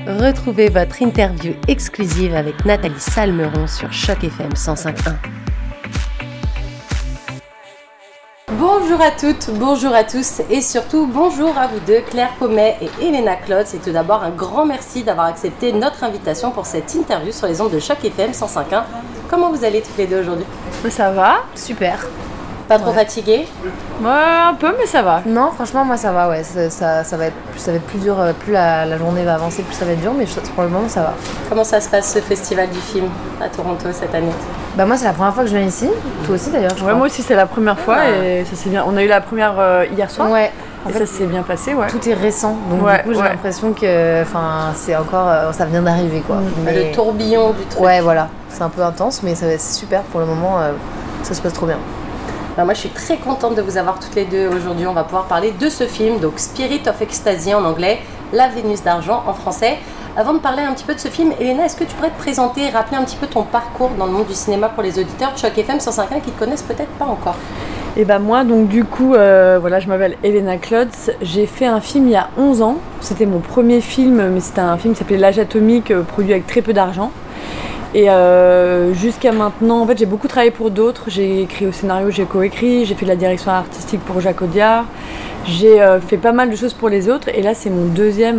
Retrouvez votre interview exclusive avec Nathalie Salmeron sur Choc FM 105.1. Bonjour à toutes, bonjour à tous et surtout bonjour à vous deux, Claire Pommet et Elena Klotz. Et tout d'abord un grand merci d'avoir accepté notre invitation pour cette interview sur les ondes de Choc FM 105.1. Comment vous allez toutes les deux aujourd'hui ? Ça va, super. Pas trop fatiguée ? Ouais, un peu, mais ça va. Non, franchement, moi ça va, ouais. Ça va être plus dur, plus la journée va avancer, plus ça va être dur, mais pour le moment ça va. Comment ça se passe ce festival du film à Toronto cette année ? Bah moi c'est la première fois que je viens ici, toi aussi d'ailleurs je crois. Moi aussi c'est la première fois et ça s'est bien. On a eu la première hier soir. Ouais. En fait, ça s'est bien passé, ouais. Tout est récent, donc du coup j'ai l'impression que c'est encore, ça vient d'arriver quoi. Mais... Le tourbillon du truc. Ouais voilà, c'est un peu intense mais c'est super pour le moment, ça se passe trop bien. Alors moi je suis très contente de vous avoir toutes les deux aujourd'hui. On va pouvoir parler de ce film, donc Spirit of Ecstasy en anglais, La Vénus d'argent en français. Avant de parler un petit peu de ce film, Elena, est-ce que tu pourrais te présenter et rappeler un petit peu ton parcours dans le monde du cinéma pour les auditeurs de Choc FM 105.1 qui ne te connaissent peut-être pas encore ? Et ben moi, donc du coup, je m'appelle Elena Klotz. J'ai fait un film il y a 11 ans. C'était mon premier film, mais c'était un film qui s'appelait L'Âge atomique, produit avec très peu d'argent. Et jusqu'à maintenant, en fait, j'ai beaucoup travaillé pour d'autres. J'ai écrit au scénario, j'ai coécrit, j'ai fait de la direction artistique pour Jacques Audiard. J'ai fait pas mal de choses pour les autres. Et là, c'est mon deuxième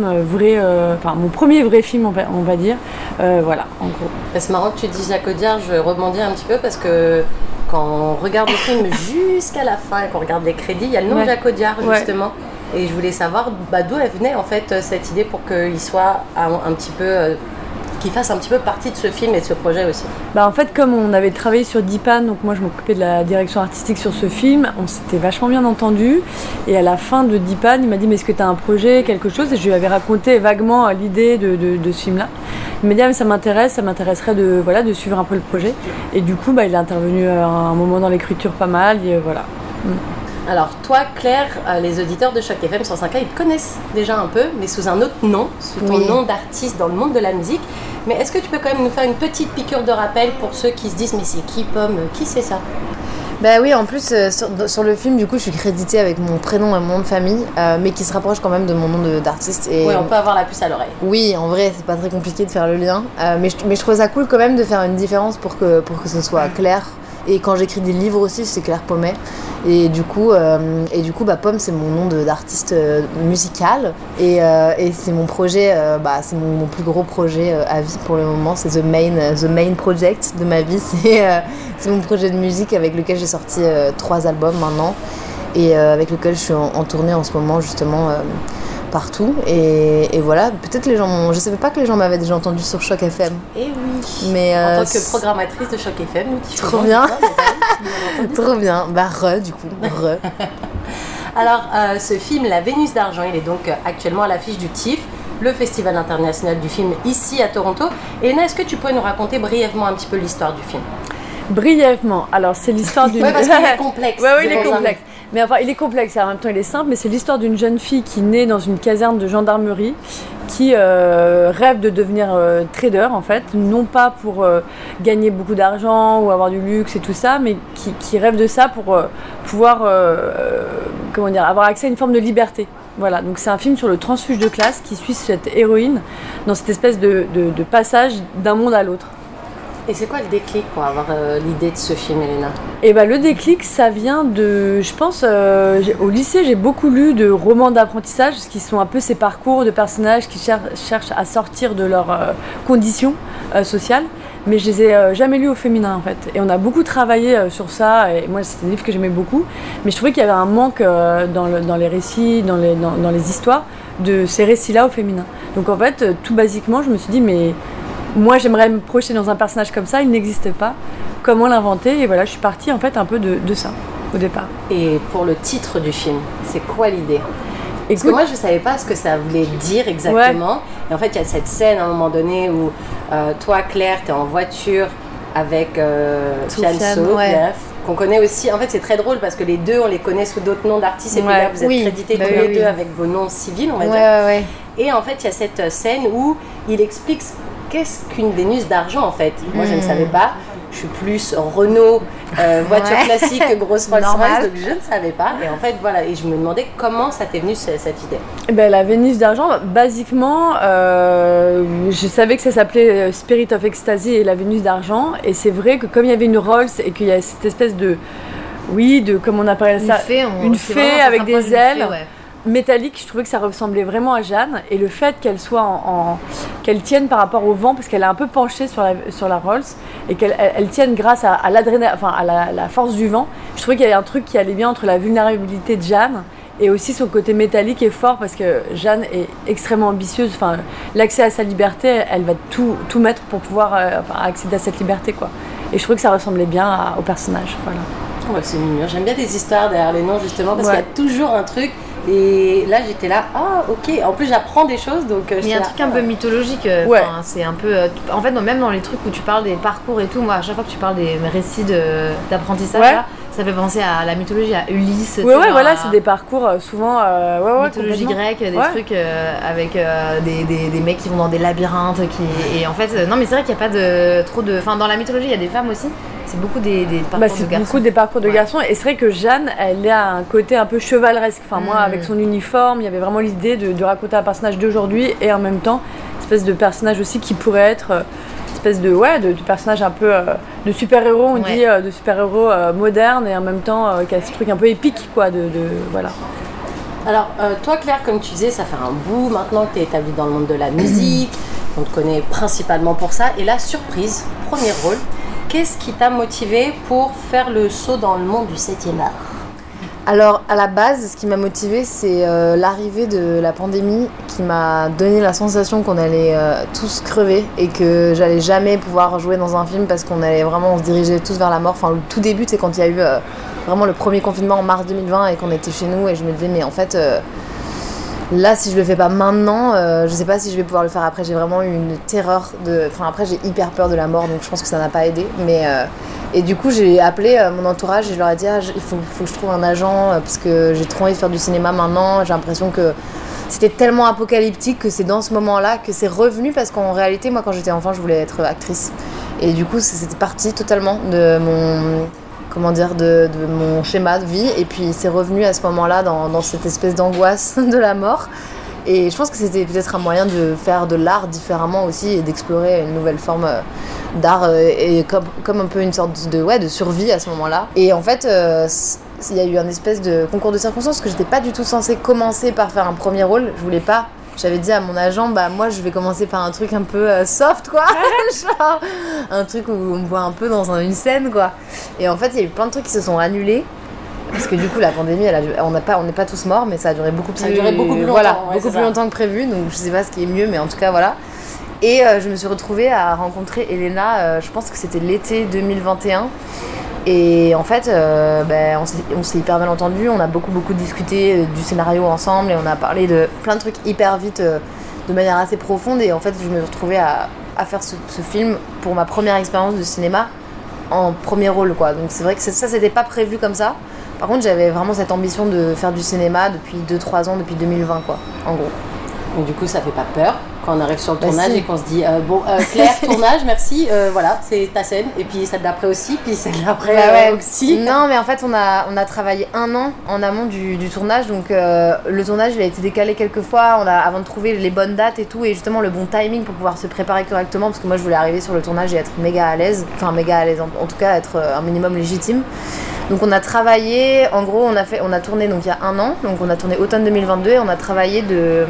mon premier vrai film, on va dire. Voilà, en gros. C'est marrant que tu dis Jacques Audiard, je rebondis un petit peu parce que quand on regarde le film jusqu'à la fin et qu'on regarde les crédits, il y a le nom de Jacques Audiard, justement. Et je voulais savoir d'où elle venait, en fait, cette idée pour qu'il soit un petit peu... qui fasse un petit peu partie de ce film et de ce projet aussi. En fait, comme on avait travaillé sur Dipan, donc moi je m'occupais de la direction artistique sur ce film, on s'était vachement bien entendu. Et à la fin de Dipan, il m'a dit « mais est-ce que tu as un projet, quelque chose ?» Et je lui avais raconté vaguement l'idée de ce film-là. Il m'a dit « ah, mais ça m'intéresserait de suivre un peu le projet. » Et du coup, il est intervenu à un moment dans l'écriture pas mal, et voilà. Alors toi, Claire, les auditeurs de Choc FM 105.1, ils te connaissent déjà un peu, mais sous un autre nom, sous ton nom d'artiste dans le monde de la musique. Mais est-ce que tu peux quand même nous faire une petite piqûre de rappel pour ceux qui se disent « mais c'est qui Pomme ? Qui c'est ça ?» Bah oui, en plus, sur le film, du coup, je suis créditée avec mon prénom et mon nom de famille, mais qui se rapproche quand même de mon nom d'artiste. Oui, on peut avoir la puce à l'oreille. Oui, en vrai, c'est pas très compliqué de faire le lien, mais je trouve ça cool quand même de faire une différence pour que ce soit clair. Et quand j'écris des livres aussi, c'est Claire Pommet. Et du coup, Pomme, c'est mon nom d'artiste musical. Et c'est mon projet, c'est mon plus gros projet à vie pour le moment. C'est the main project de ma vie. C'est mon projet de musique avec lequel j'ai sorti 3 albums maintenant. Et avec lequel je suis en tournée en ce moment, justement, partout. Et voilà, peut-être les gens je savais pas que les gens m'avaient déjà entendu sur Choc FM. Eh oui. Mais en tant que programmatrice de Choc FM, nous diffusons. Trop bien. Trop bien. Du coup. Alors, ce film, La Vénus d'argent, il est donc actuellement à l'affiche du TIFF, le Festival international du film ici à Toronto. Elena, est-ce que tu pourrais nous raconter brièvement un petit peu l'histoire du film ? Brièvement. Alors, c'est l'histoire d'une... Oui, parce qu'il est complexe. Oui, il est complexe. Mais enfin, il est complexe et en même temps, il est simple. Mais c'est l'histoire d'une jeune fille qui naît dans une caserne de gendarmerie qui rêve de devenir trader, en fait. Non pas pour gagner beaucoup d'argent ou avoir du luxe et tout ça, mais qui rêve de ça pour pouvoir avoir accès à une forme de liberté. Voilà, donc c'est un film sur le transfuge de classe qui suit cette héroïne dans cette espèce de passage d'un monde à l'autre. Et c'est quoi le déclic pour avoir l'idée de ce film, Elena ? Et le déclic, ça vient de... Je pense, au lycée, j'ai beaucoup lu de romans d'apprentissage, qui sont un peu ces parcours de personnages qui cherchent à sortir de leurs conditions sociales. Mais je les ai jamais lus au féminin, en fait. Et on a beaucoup travaillé sur ça, et moi, c'était des livres que j'aimais beaucoup. Mais je trouvais qu'il y avait un manque dans les récits, dans les histoires, de ces récits-là au féminin. Donc en fait, tout basiquement, je me suis dit, mais... Moi, j'aimerais me projeter dans un personnage comme ça, il n'existait pas. Comment l'inventer ? Et voilà, je suis partie en fait un peu de ça au départ. Et pour le titre du film, c'est quoi l'idée ? Parce que moi, je ne savais pas ce que ça voulait dire exactement. Ouais. Et en fait, il y a cette scène à un moment donné où toi, Claire, tu es en voiture avec Soufiane, qu'on connaît aussi. En fait, c'est très drôle parce que les deux, on les connaît sous d'autres noms d'artistes. Et puis là, vous êtes crédités tous les deux avec vos noms civils, on va dire. Ouais. Et en fait, il y a cette scène où il explique qu'est-ce qu'une Vénus d'argent, en fait. Moi, je ne savais pas. Je suis plus Renault voiture classique, grosse Rolls-Royce, Normal. donc je ne savais pas. Et en fait, voilà, et je me demandais comment ça t'est venu cette idée. Ben, la Vénus d'argent, basiquement, je savais que ça s'appelait Spirit of Ecstasy et la Vénus d'argent. Et c'est vrai que comme il y avait une Rolls et qu'il y a cette espèce de, comment on appelle ça, une fée avec des ailes. Métallique, je trouvais que ça ressemblait vraiment à Jeanne, et le fait qu'elle soit qu'elle tienne par rapport au vent, parce qu'elle est un peu penchée sur la Rolls, et qu'elle tienne grâce à la force du vent, je trouvais qu'il y avait un truc qui allait bien entre la vulnérabilité de Jeanne et aussi son côté métallique est fort, parce que Jeanne est extrêmement ambitieuse. Enfin, l'accès à sa liberté, elle va tout mettre pour pouvoir accéder à cette liberté, quoi. Et je trouvais que ça ressemblait bien au personnage, voilà. Ouais, c'est mignon. J'aime bien des histoires derrière les noms, justement, parce Ouais. qu'il y a toujours un truc. Et là, j'étais là, ok. En plus, j'apprends des choses, donc. Il y a un truc un peu mythologique. Ouais. C'est un peu. En fait, même dans les trucs où tu parles des parcours et tout, moi, à chaque fois que tu parles des récits d'apprentissage, Ouais. là, ça fait penser à la mythologie, à Ulysse. Ouais, voilà, c'est des parcours souvent. Mythologie grecque, des trucs avec des mecs qui vont dans des labyrinthes. Et en fait, non, mais c'est vrai qu'il n'y a pas trop de. Enfin, dans la mythologie, il y a des femmes aussi. C'est beaucoup des parcours de garçons. C'est beaucoup des parcours de garçons. Et c'est vrai que Jeanne, elle a un côté un peu chevaleresque. Enfin, moi, avec son uniforme, il y avait vraiment l'idée de raconter un personnage d'aujourd'hui et en même temps, une espèce de personnage aussi qui pourrait être une espèce de personnage un peu de super-héros, on dit, de super-héros moderne, et en même temps qui a ce truc un peu épique, quoi. Voilà. Alors, toi, Claire, comme tu disais, ça fait un bout maintenant que tu es établie dans le monde de la musique. On te connaît principalement pour ça. Et là, surprise, premier rôle. Qu'est-ce qui t'a motivé pour faire le saut dans le monde du 7e art ? Alors, à la base, ce qui m'a motivée, c'est l'arrivée de la pandémie qui m'a donné la sensation qu'on allait tous crever et que j'allais jamais pouvoir jouer dans un film parce qu'on se dirigeait tous vers la mort. Enfin, le tout début, c'est quand il y a eu vraiment le premier confinement en mars 2020 et qu'on était chez nous, et je me disais, mais en fait, là, si je le fais pas maintenant, je sais pas si je vais pouvoir le faire après. J'ai vraiment eu une terreur après, j'ai hyper peur de la mort, donc je pense que ça n'a pas aidé. Et du coup, j'ai appelé mon entourage et je leur ai dit, il faut que je trouve un agent parce que j'ai trop envie de faire du cinéma maintenant. J'ai l'impression que c'était tellement apocalyptique que c'est dans ce moment-là que c'est revenu, parce qu'en réalité, moi, quand j'étais enfant, je voulais être actrice. Et du coup, c'était parti totalement de mon schéma de vie, et puis c'est revenu à ce moment-là dans cette espèce d'angoisse de la mort. Et je pense que c'était peut-être un moyen de faire de l'art différemment aussi et d'explorer une nouvelle forme d'art, et comme un peu une sorte de survie à ce moment-là. Et en fait, il y a eu un espèce de concours de circonstances que j'étais pas du tout censée commencer par faire un premier rôle. Je voulais pas. J'avais dit à mon agent, moi je vais commencer par un truc un peu soft, quoi. Genre un truc où on me voit un peu dans une scène, quoi. Et en fait, il y a eu plein de trucs qui se sont annulés. Parce que du coup, la pandémie, on n'est pas tous morts, mais ça a duré beaucoup plus longtemps. Voilà, beaucoup plus longtemps que prévu. Donc je sais pas ce qui est mieux, mais en tout cas, voilà. Et je me suis retrouvée à rencontrer Elena, je pense que c'était l'été 2021. Et en fait, on s'est hyper bien entendus, on a beaucoup discuté du scénario ensemble, et on a parlé de plein de trucs hyper vite, de manière assez profonde. Et en fait, je me suis retrouvée à faire ce film pour ma première expérience de cinéma en premier rôle, quoi. Donc c'est vrai que ça, c'était pas prévu comme ça. Par contre, j'avais vraiment cette ambition de faire du cinéma depuis 2-3 ans, depuis 2020, quoi, en gros. Donc du coup, ça fait pas peur quand on arrive sur le tournage si. et qu'on se dit Claire, tournage, merci, voilà, c'est ta scène, et puis celle d'après aussi, puis celle d'après aussi. Non, mais en fait, on a travaillé 1 an en amont du tournage, donc le tournage, il a été décalé quelques fois avant de trouver les bonnes dates et tout, et justement le bon timing pour pouvoir se préparer correctement, parce que moi, je voulais arriver sur le tournage et être méga à l'aise, en tout cas être un minimum légitime. Donc on a travaillé, en gros, on a tourné donc il y a 1 an, donc on a tourné automne 2022, et on a travaillé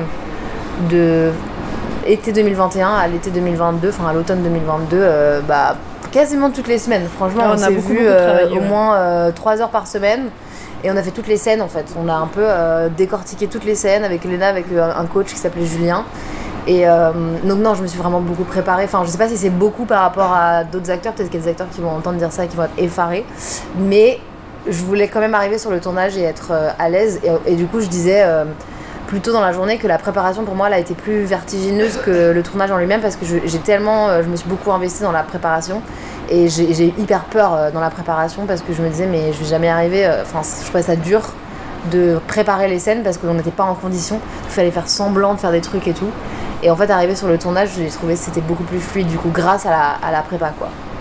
de été 2021 à l'été 2022, enfin à l'automne 2022, quasiment toutes les semaines. Franchement, on s'est vu au moins 3 heures par semaine, et on a fait toutes les scènes en fait. On a un peu décortiqué toutes les scènes avec Elena, avec un coach qui s'appelait Julien. Et donc non, je me suis vraiment beaucoup préparée. Enfin, je sais pas si c'est beaucoup par rapport à d'autres acteurs, peut-être qu'il y a des acteurs qui vont entendre dire ça et qui vont être effarés, mais je voulais quand même arriver sur le tournage et être à l'aise, et du coup je disais plus tôt dans la journée que la préparation pour moi elle a été plus vertigineuse que le tournage en lui-même, parce que je me suis beaucoup investie dans la préparation, et j'ai hyper peur dans la préparation, parce que je me disais mais je vais jamais y arriver, je trouvais ça dur de préparer les scènes parce qu'on n'était pas en condition, il fallait faire semblant de faire des trucs et tout, et en fait arriver sur le tournage j'ai trouvé que c'était beaucoup plus fluide du coup grâce à la prépa, quoi.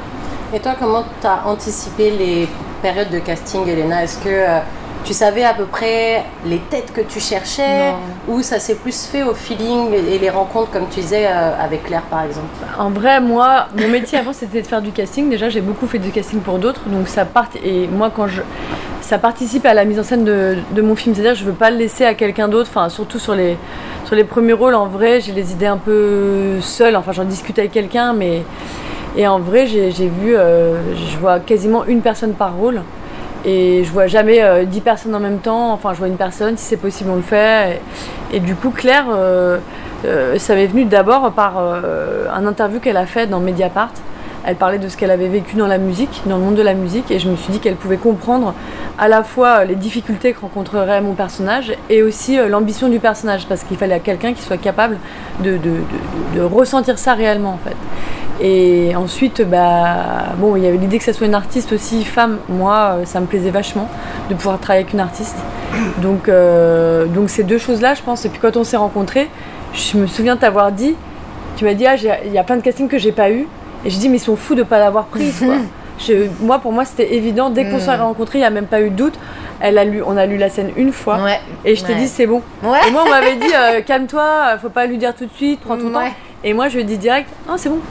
Et toi, comment tu as anticipé les périodes de casting, Elena? Est-ce que tu savais à peu près les têtes que tu cherchais? Ou ça s'est plus fait au feeling et les rencontres, comme tu disais, avec Claire, par exemple? En vrai, moi, mon métier avant, c'était de faire du casting. Déjà, j'ai beaucoup fait du casting pour d'autres. Donc, et moi, ça participe à la mise en scène de mon film. C'est-à-dire que je ne veux pas le laisser à quelqu'un d'autre. Enfin, surtout sur les premiers rôles, en vrai, j'ai les idées un peu seule. Enfin, j'en discute avec quelqu'un, mais... Et en vrai, j'ai vu, je vois quasiment une personne par rôle. Et je vois jamais 10 personnes en même temps. Enfin, je vois une personne, si c'est possible, on le fait. Et du coup, Claire, ça m'est venu d'abord par un interview qu'elle a fait dans Mediapart. Elle parlait de ce qu'elle avait vécu dans la musique, dans le monde de la musique. Et je me suis dit qu'elle pouvait comprendre à la fois les difficultés que rencontrerait mon personnage et aussi l'ambition du personnage. Parce qu'il fallait quelqu'un qui soit capable de ressentir ça réellement, en fait. Et ensuite, il y avait l'idée que ça soit une artiste aussi femme. Moi, ça me plaisait vachement de pouvoir travailler avec une artiste. Donc ces deux choses-là, je pense. Et puis quand on s'est rencontrés, je me souviens t'avoir dit, tu m'as dit, il y a plein de castings que j'ai pas eu. Et j'ai dit, mais ils sont fous de pas l'avoir prise, quoi. Pour moi, c'était évident. Dès qu'on s'est rencontrés, il n'y a même pas eu de doute. On a lu la scène une fois. Ouais. Et je t'ai dit, c'est bon. Ouais. Et moi, on m'avait dit, calme-toi, faut pas lui dire tout de suite, prends ton temps. Et moi, je lui ai dit direct, c'est bon.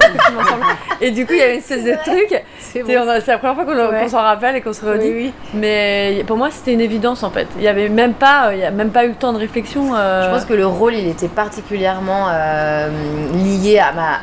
Et du coup, il y avait une espèce de truc. C'est la première fois qu'on s'en rappelle et qu'on se redit. Oui. Mais pour moi, c'était une évidence, en fait. Il n'y a même pas eu le temps de réflexion. Je pense que le rôle, il était particulièrement lié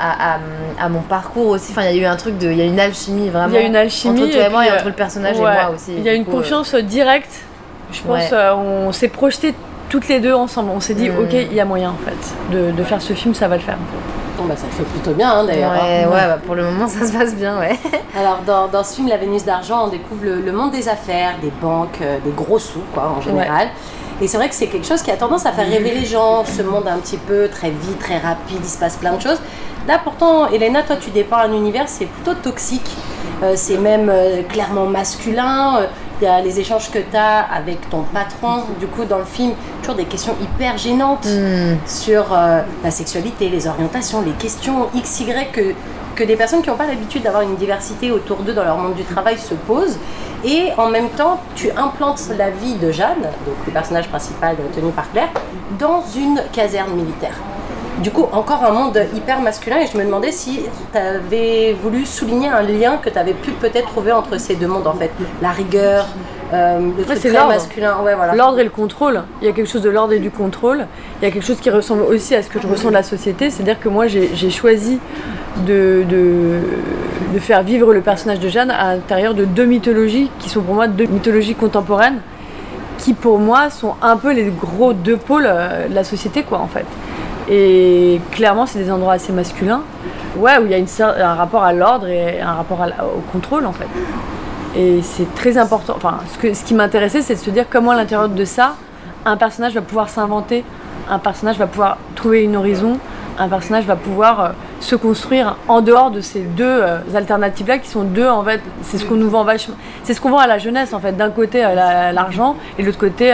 à mon parcours aussi. Enfin, il y a eu un truc il y a une alchimie, vraiment. Il y a une alchimie. Entre toi et moi et entre le personnage et moi aussi. Il y a une confiance directe. Je pense on s'est projetés toutes les deux ensemble. On s'est dit, ok, il y a moyen, en fait, de faire ce film, ça va le faire, en fait. Bon, ça fait plutôt bien, d'ailleurs. Pour le moment, ça se passe bien, ouais. Alors, dans ce film, La Vénus d'argent, on découvre le monde des affaires, des banques, des gros sous, quoi, en général. Ouais. Et c'est vrai que c'est quelque chose qui a tendance à faire rêver les gens, ce monde un petit peu très vite, très rapide, il se passe plein de choses. Là, pourtant, Elena, toi, tu dépeins un univers, c'est plutôt toxique. C'est même clairement masculin. Il y a les échanges que tu as avec ton patron. Du coup, dans le film, toujours des questions hyper gênantes sur la sexualité, les orientations, les questions XY que des personnes qui n'ont pas l'habitude d'avoir une diversité autour d'eux dans leur monde du travail se posent. Et en même temps, tu implantes la vie de Jeanne, donc le personnage principal tenu par Claire, dans une caserne militaire. Du coup, encore un monde hyper masculin, et je me demandais si tu avais voulu souligner un lien que tu avais pu peut-être trouver entre ces deux mondes, en fait. La rigueur, le truc très masculin. Ouais, voilà. L'ordre et le contrôle. Il y a quelque chose de l'ordre et du contrôle. Il y a quelque chose qui ressemble aussi à ce que je ressens de la société. C'est-à-dire que moi, j'ai choisi de faire vivre le personnage de Jeanne à l'intérieur de deux mythologies qui sont pour moi deux mythologies contemporaines qui, pour moi, sont un peu les gros deux pôles de la société, quoi, en fait. Et clairement, c'est des endroits assez masculins, où il y a un rapport à l'ordre et un rapport au contrôle, en fait. Et c'est très important. Enfin, ce qui m'intéressait, c'est de se dire comment, à l'intérieur de ça, un personnage va pouvoir s'inventer, un personnage va pouvoir trouver une horizon, un personnage va pouvoir se construire en dehors de ces deux alternatives-là qui sont deux, en fait, c'est ce qu'on nous vend vachement. C'est ce qu'on vend à la jeunesse, en fait. D'un côté, l'argent et de l'autre côté,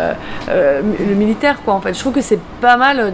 le militaire, quoi, en fait. Je trouve que c'est pas mal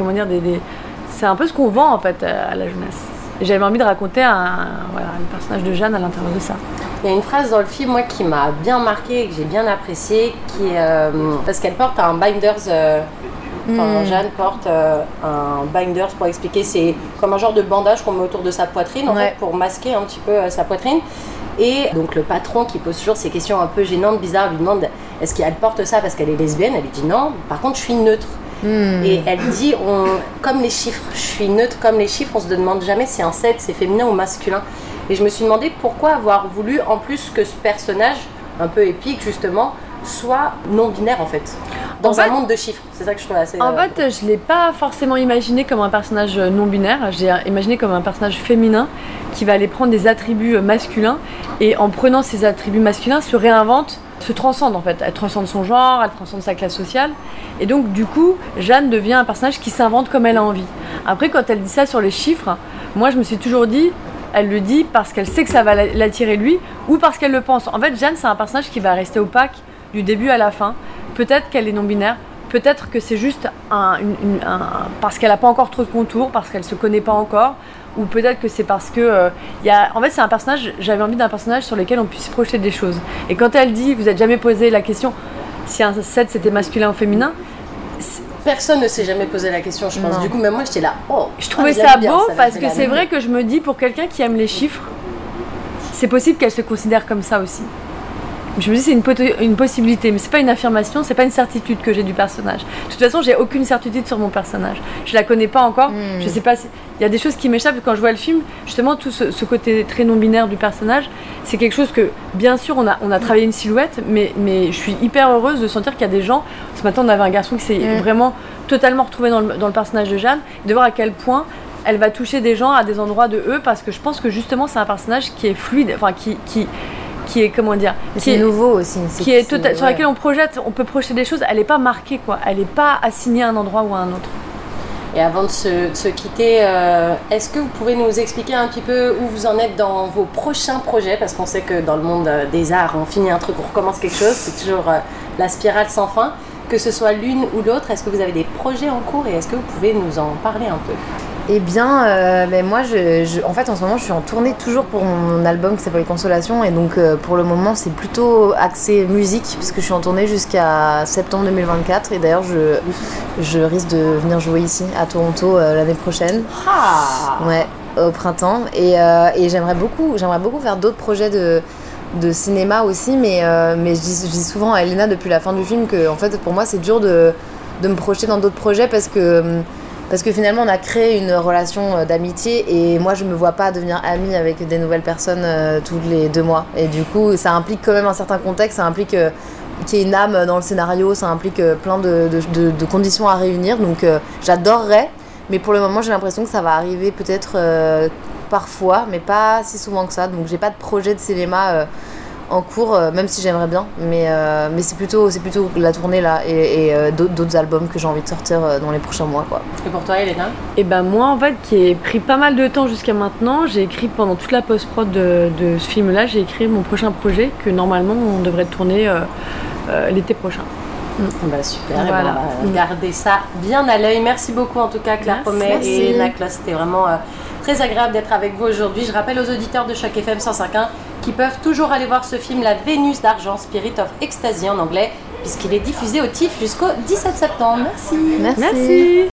c'est un peu ce qu'on vend, en fait, à la jeunesse. Et j'avais envie de raconter un personnage de Jeanne à l'intérieur de ça. Il y a une phrase dans le film, moi, qui m'a bien marquée et que j'ai bien appréciée, qui est parce qu'elle porte un binders. Jeanne porte un binders, pour expliquer, c'est comme un genre de bandage qu'on met autour de sa poitrine, en fait, pour masquer un petit peu sa poitrine. Et donc le patron, qui pose toujours ces questions un peu gênantes, bizarres, lui demande est-ce qu'elle porte ça parce qu'elle est lesbienne. Elle lui dit non, par contre je suis neutre. Et elle dit comme les chiffres, je suis neutre comme les chiffres, on se demande jamais si un 7 c'est féminin ou masculin. Et je me suis demandé pourquoi avoir voulu, en plus que ce personnage un peu épique justement, soit non-binaire, en fait, dans un monde de chiffres. C'est ça que je trouve assez... En fait, je ne l'ai pas forcément imaginé comme un personnage non-binaire. J'ai imaginé comme un personnage féminin qui va aller prendre des attributs masculins et, en prenant ces attributs masculins, se réinvente, se transcende, en fait. Elle transcende son genre, elle transcende sa classe sociale. Et donc, du coup, Jeanne devient un personnage qui s'invente comme elle a envie. Après, quand elle dit ça sur les chiffres, moi, je me suis toujours dit... Elle le dit parce qu'elle sait que ça va l'attirer lui ou parce qu'elle le pense. En fait, Jeanne, c'est un personnage qui va rester opaque du début à la fin. Peut-être qu'elle est non-binaire, peut-être que c'est juste parce qu'elle n'a pas encore trop de contours, parce qu'elle se connaît pas encore, ou peut-être que c'est parce que en fait c'est un personnage, j'avais envie d'un personnage sur lequel on puisse projeter des choses. Et quand elle dit, vous n'êtes jamais posé la question si un set c'était masculin ou féminin, personne ne s'est jamais posé la question, je pense. Du coup, même moi, j'étais là. Oh, je trouvais ça beau parce que c'est vrai que je me dis, pour quelqu'un qui aime les chiffres, c'est possible qu'elle se considère comme ça aussi. Je me dis c'est une possibilité, mais c'est pas une affirmation, c'est pas une certitude que j'ai du personnage. De toute façon, j'ai aucune certitude sur mon personnage. Je la connais pas encore. Je sais pas. Il y a des choses qui m'échappent quand je vois le film. Justement, tout ce côté très non binaire du personnage, c'est quelque chose que, bien sûr, on a travaillé une silhouette, mais je suis hyper heureuse de sentir qu'il y a des gens. Ce matin, on avait un garçon qui s'est vraiment totalement retrouvé dans le personnage de Jeanne, de voir à quel point elle va toucher des gens à des endroits de eux, parce que je pense que justement, c'est un personnage qui est fluide, enfin qui est, comment dire, qui est nouveau aussi, sur laquelle on peut projeter des choses. Elle n'est pas marquée, quoi. Elle n'est pas assignée à un endroit ou à un autre. Et avant de se quitter, est-ce que vous pouvez nous expliquer un petit peu où vous en êtes dans vos prochains projets? Parce qu'on sait que dans le monde des arts, on finit un truc, on recommence quelque chose, c'est toujours la spirale sans fin. Que ce soit l'une ou l'autre, est-ce que vous avez des projets en cours et est-ce que vous pouvez nous en parler un peu? Eh bien, moi, en fait, en ce moment, je suis en tournée toujours pour mon album qui s'appelle Consolation. Et donc, pour le moment, c'est plutôt axé musique, puisque je suis en tournée jusqu'à septembre 2024. Et d'ailleurs, je risque de venir jouer ici, à Toronto, l'année prochaine. Ouais, au printemps. Et j'aimerais beaucoup faire d'autres projets de cinéma aussi. Mais je dis souvent à Elena depuis la fin du film que, en fait, pour moi, c'est dur de me projeter dans d'autres projets parce que finalement on a créé une relation d'amitié et moi je me vois pas devenir amie avec des nouvelles personnes tous les 2 mois et du coup ça implique quand même un certain contexte, ça implique qu'il y ait une âme dans le scénario, ça implique plein de conditions à réunir, donc j'adorerais, mais pour le moment j'ai l'impression que ça va arriver peut-être parfois mais pas si souvent que ça, donc j'ai pas de projet de cinéma en cours, même si j'aimerais bien, mais c'est plutôt la tournée là et d'autres albums que j'ai envie de sortir dans les prochains mois, quoi. Et pour toi, Elena? Et ben moi, en fait, qui ai pris pas mal de temps jusqu'à maintenant, j'ai écrit pendant toute la post-prod de ce film-là, j'ai écrit mon prochain projet que normalement on devrait tourner l'été prochain. Bah super, voilà. On va garder ça bien à l'œil. Merci beaucoup en tout cas Claire Pommet et Elena Kloss, c'était vraiment très agréable d'être avec vous aujourd'hui. Je rappelle aux auditeurs de Choc FM 105.1 qui peuvent toujours aller voir ce film La Vénus d'argent, Spirit of Ecstasy en anglais, puisqu'il est diffusé au TIFF jusqu'au 17 septembre. Merci. Merci.